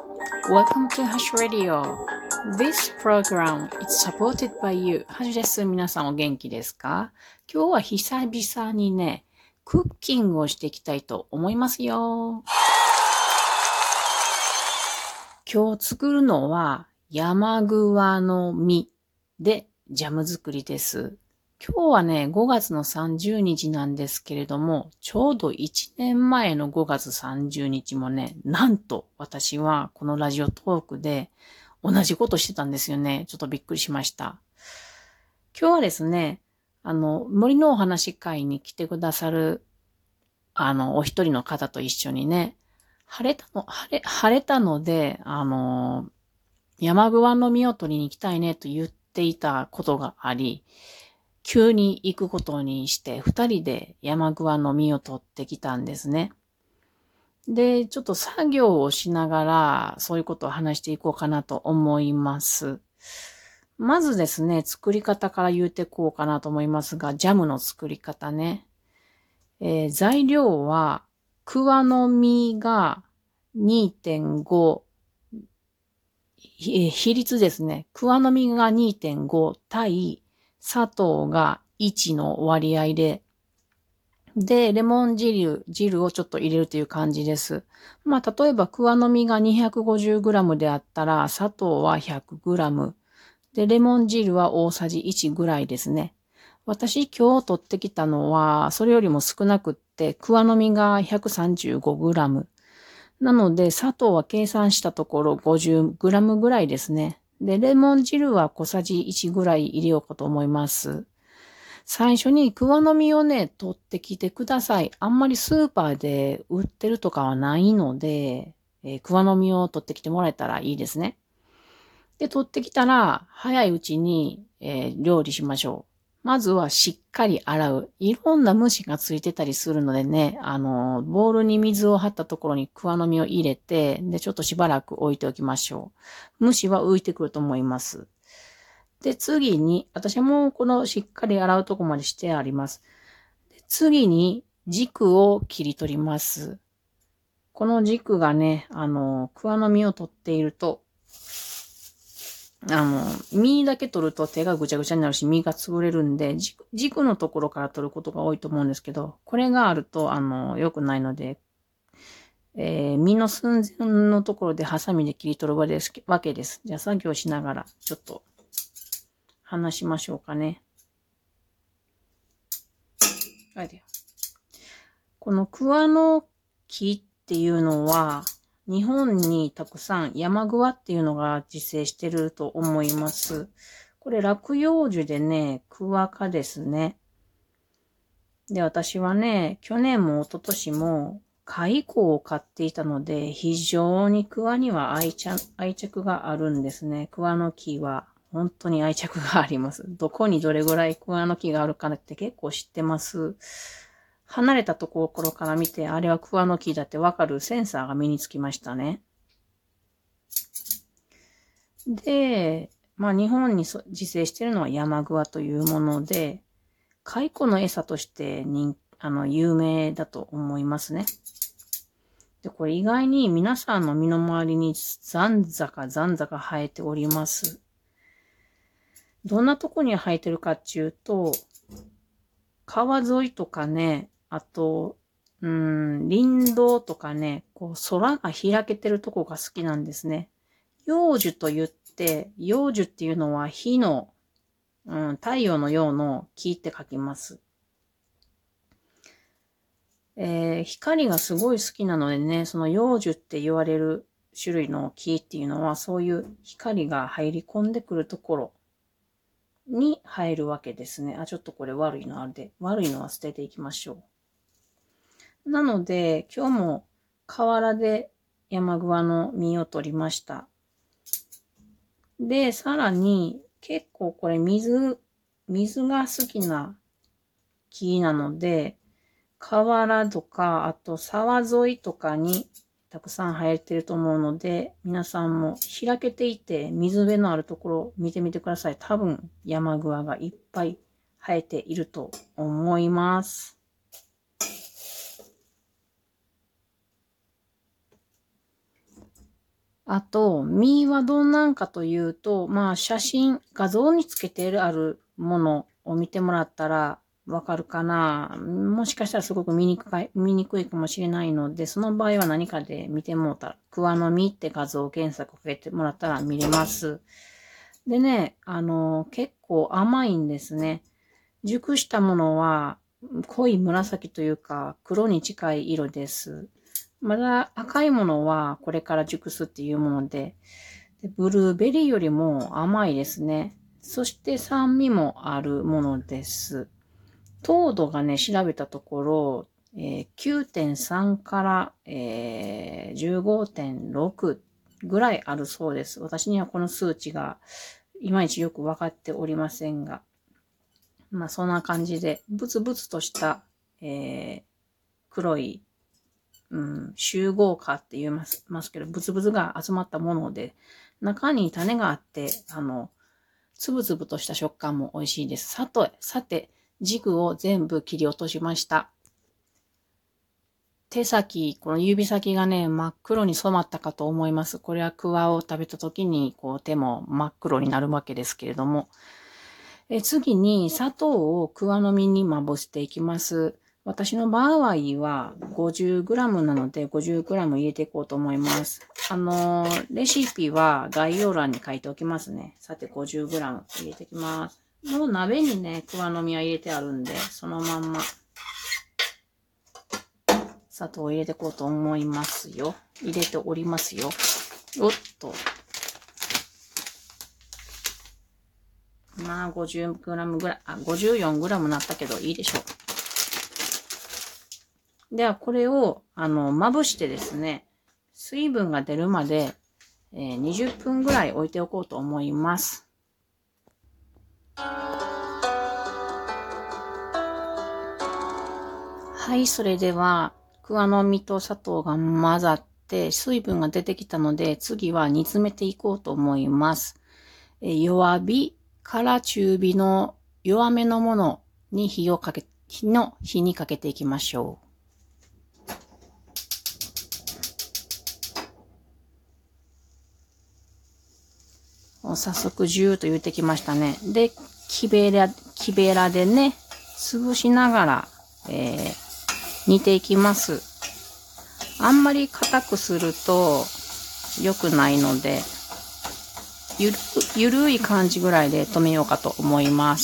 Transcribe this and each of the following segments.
Welcome to Hash Radio. This program is supported by you. ハシです。皆さんお元気ですか？今日は久々にね、クッキングをしていきたいと思いますよ。今日作るのは山桑の実でジャム作りです。今日はね、5月の30日なんですけれども、ちょうど1年前の5月30日もね、なんと私はこのラジオトークで同じことしてたんですよね。ちょっとびっくりしました。今日はですね、森のお話会に来てくださる、お一人の方と一緒にね、晴れたので、山桑の実を取りに行きたいねと言っていたことがあり、急に行くことにして、二人で山桑の実を取ってきたんですね。で、ちょっと作業をしながら、そういうことを話していこうかなと思います。まずですね、作り方から言うていこうかなと思いますが、ジャムの作り方ね。材料は、桑の実が 2.5、比率ですね。桑の実が 2.5 対砂糖が1の割合で、レモン汁をちょっと入れるという感じです。まあ、例えば、桑の実が 250g であったら、砂糖は 100g。で、レモン汁は大さじ1ぐらいですね。私今日取ってきたのは、それよりも少なくって、桑の実が 135g。なので、砂糖は計算したところ 50g ぐらいですね。で、レモン汁は小さじ1ぐらい入れようかと思います。最初に桑の実をね、取ってきてください。あんまりスーパーで売ってるとかはないので、桑の実を取ってきてもらえたらいいですね。で、取ってきたら、早いうちに、料理しましょう。まずはしっかり洗う。いろんな虫がついてたりするのでね、ボウルに水を張ったところに桑の実を入れて、で、ちょっとしばらく置いておきましょう。虫は浮いてくると思います。で、次に、私はもうこのしっかり洗うとこまでしてあります。で、次に、軸を切り取ります。この軸がね、桑の実を取っていると、実だけ取ると手がぐちゃぐちゃになるし、実が潰れるんで、軸のところから取ることが多いと思うんですけど、これがあると、良くないので、実の寸前のところでハサミで切り取るわけです。じゃあ作業しながら、ちょっと、話しましょうかね。この桑の木っていうのは、日本にたくさん山桑っていうのが自生してると思います。これ落葉樹でね、桑科ですね。で、私はね、去年も一昨年も蚕を飼っていたので、非常に桑には愛着があるんですね。桑の木は本当に愛着があります。どこにどれぐらい桑の木があるかって結構知ってます。離れたところから見て、あれは桑の木だってわかるセンサーが身につきましたね。で、まあ日本に自生しているのは山桑というもので、蚕の餌として有名だと思いますね。で、これ意外に皆さんの身の回りに残坂生えております。どんなとこに生えてるかっていうと、川沿いとかね、あと、林道とかね、こう空が開けてるとこが好きなんですね。陽樹と言って、陽樹っていうのは火の、太陽の陽の木って書きます。光がすごい好きなのでね、その陽樹って言われる種類の木っていうのは、そういう光が入り込んでくるところに生えるわけですね。ちょっとこれ悪いのあるで、悪いのは捨てていきましょう。なので、今日も河原で山桑の実を取りました。で、さらに、結構これ水が好きな木なので、河原とか、あと沢沿いとかにたくさん生えてると思うので、皆さんも開けていて水辺のあるところ見てみてください。多分山桑がいっぱい生えていると思います。 あと、実はどんなんかというと、まあ画像につけてあるものを見てもらったらわかるかな。もしかしたらすごく見にくいかもしれないので、その場合は何かで見てもらったら、桑の実って画像検索をかけてもらったら見れます。でね、結構甘いんですね。熟したものは濃い紫というか黒に近い色です。まだ赤いものはこれから熟すっていうもので、ブルーベリーよりも甘いですね。そして酸味もあるものです。糖度がね、調べたところ、9.3 から、15.6 ぐらいあるそうです。私にはこの数値がいまいちよくわかっておりませんが。まあそんな感じで、ブツブツとした、黒い、集合化って言いますけど、ブツブツが集まったもので、中に種があって、つぶつぶとした食感も美味しいです。さて、軸を全部切り落としました。手先、この指先がね、真っ黒に染まったかと思います。これは桑を食べた時に、こう手も真っ黒になるわけですけれども。次に砂糖を桑の実にまぶしていきます。私の場合は 50g なので 50g 入れていこうと思います。レシピは概要欄に書いておきますね。さて 50g 入れていきます。もう鍋にね、桑の実は入れてあるんで、そのまんま砂糖を入れていこうと思いますよ。入れておりますよ。おっと。まあ 50g ぐらい、54g なったけどいいでしょう。ではこれをまぶしてですね、水分が出るまで、20分ぐらい置いておこうと思います。はい、それでは桑の実と砂糖が混ざって水分が出てきたので、次は煮詰めていこうと思います。弱火から中火の弱めのものに火にかけていきましょう。早速ジューと言ってきましたね。で、木べらでね、潰しながら、煮ていきます。あんまり硬くすると良くないので、ゆるい感じぐらいで止めようかと思います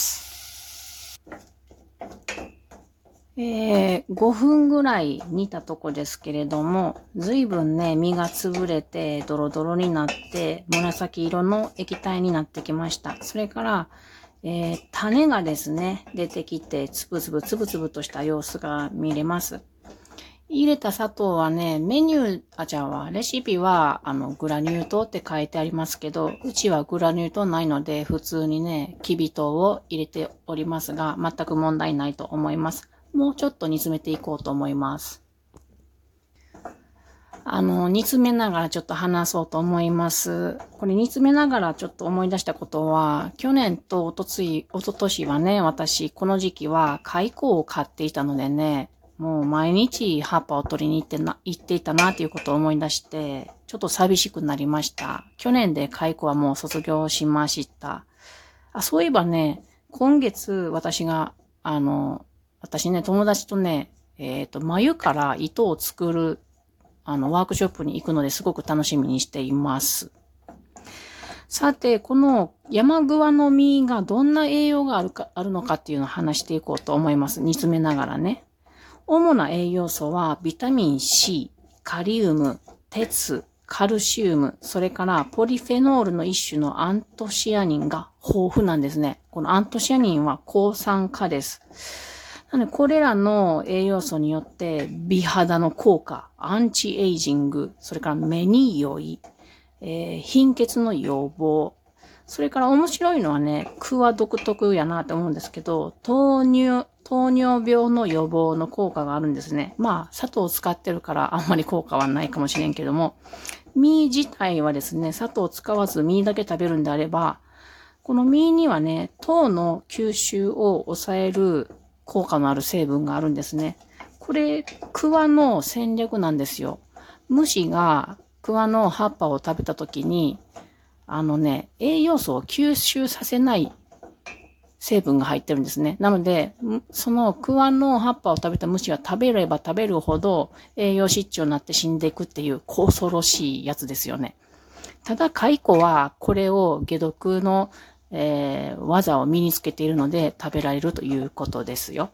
。5分ぐらい煮たとこですけれども、随分ね、身が潰れてドロドロになって紫色の液体になってきました。それから、種がですね、出てきてつぶつぶとした様子が見れます。入れた砂糖はね、レシピは、グラニュー糖って書いてありますけど、うちはグラニュー糖ないので、普通にね、きび糖を入れておりますが、全く問題ないと思います。もうちょっと煮詰めていこうと思います。煮詰めながらちょっと話そうと思います。これ煮詰めながらちょっと思い出したことは、去年と一昨年はね、私、この時期は蚕を飼っていたのでね、もう毎日葉っぱを取りに行っていたなということを思い出して、ちょっと寂しくなりました。去年で蚕はもう卒業しました。そういえばね、今月私ね、友達とね、繭から糸を作る、ワークショップに行くのですごく楽しみにしています。さて、この山桑の実がどんな栄養があるのかっていうのを話していこうと思います。煮詰めながらね。主な栄養素はビタミン C、カリウム、鉄、カルシウム、それからポリフェノールの一種のアントシアニンが豊富なんですね。このアントシアニンは抗酸化です。なのでこれらの栄養素によって美肌の効果、アンチエイジング、それから目に良い、貧血の予防、それから面白いのはね、桑独特やなと思うんですけど、糖尿病の予防の効果があるんですね。まあ、砂糖を使ってるからあんまり効果はないかもしれんけども、実自体はですね、砂糖を使わず実だけ食べるんであれば、この実にはね、糖の吸収を抑える効果のある成分があるんですね。これ、桑の戦略なんですよ。虫が桑の葉っぱを食べたときに、栄養素を吸収させない成分が入ってるんですね。なので、その桑の葉っぱを食べた虫は食べれば食べるほど栄養失調になって死んでいくっていう恐ろしいやつですよね。ただ、蚕はこれを解毒の、技を身につけているので食べられるということですよ。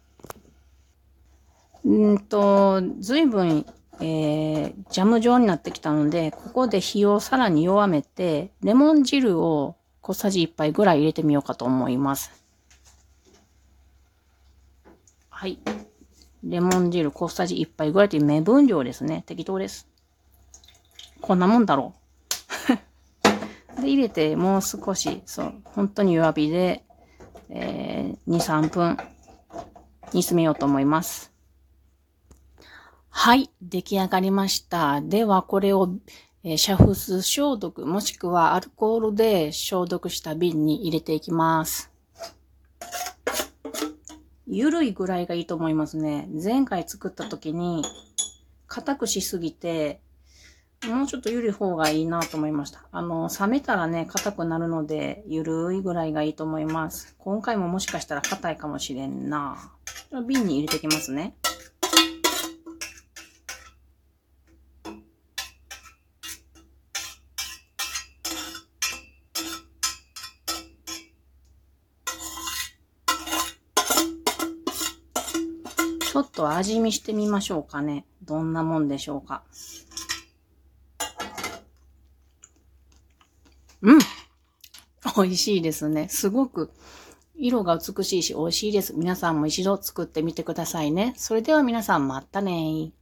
随分、ジャム状になってきたので、ここで火をさらに弱めて、レモン汁を小さじ1杯ぐらい入れてみようかと思います。はい。レモン汁小さじ1杯ぐらいという目分量ですね。適当です。こんなもんだろう。で、入れてもう少し、本当に弱火で、2、3分煮詰めようと思います。はい、出来上がりました。では、これを、煮沸消毒もしくはアルコールで消毒した瓶に入れていきます。ゆるいぐらいがいいと思いますね。前回作った時に硬くしすぎて、もうちょっとゆるい方がいいなと思いました。冷めたらね、硬くなるので、ゆるいぐらいがいいと思います。今回ももしかしたら硬いかもしれんな。瓶に入れていきますね。ちょっと味見してみましょうかね。どんなもんでしょうか。美味しいですね。すごく色が美しいし美味しいです。皆さんも一度作ってみてくださいね。それでは皆さんまたね。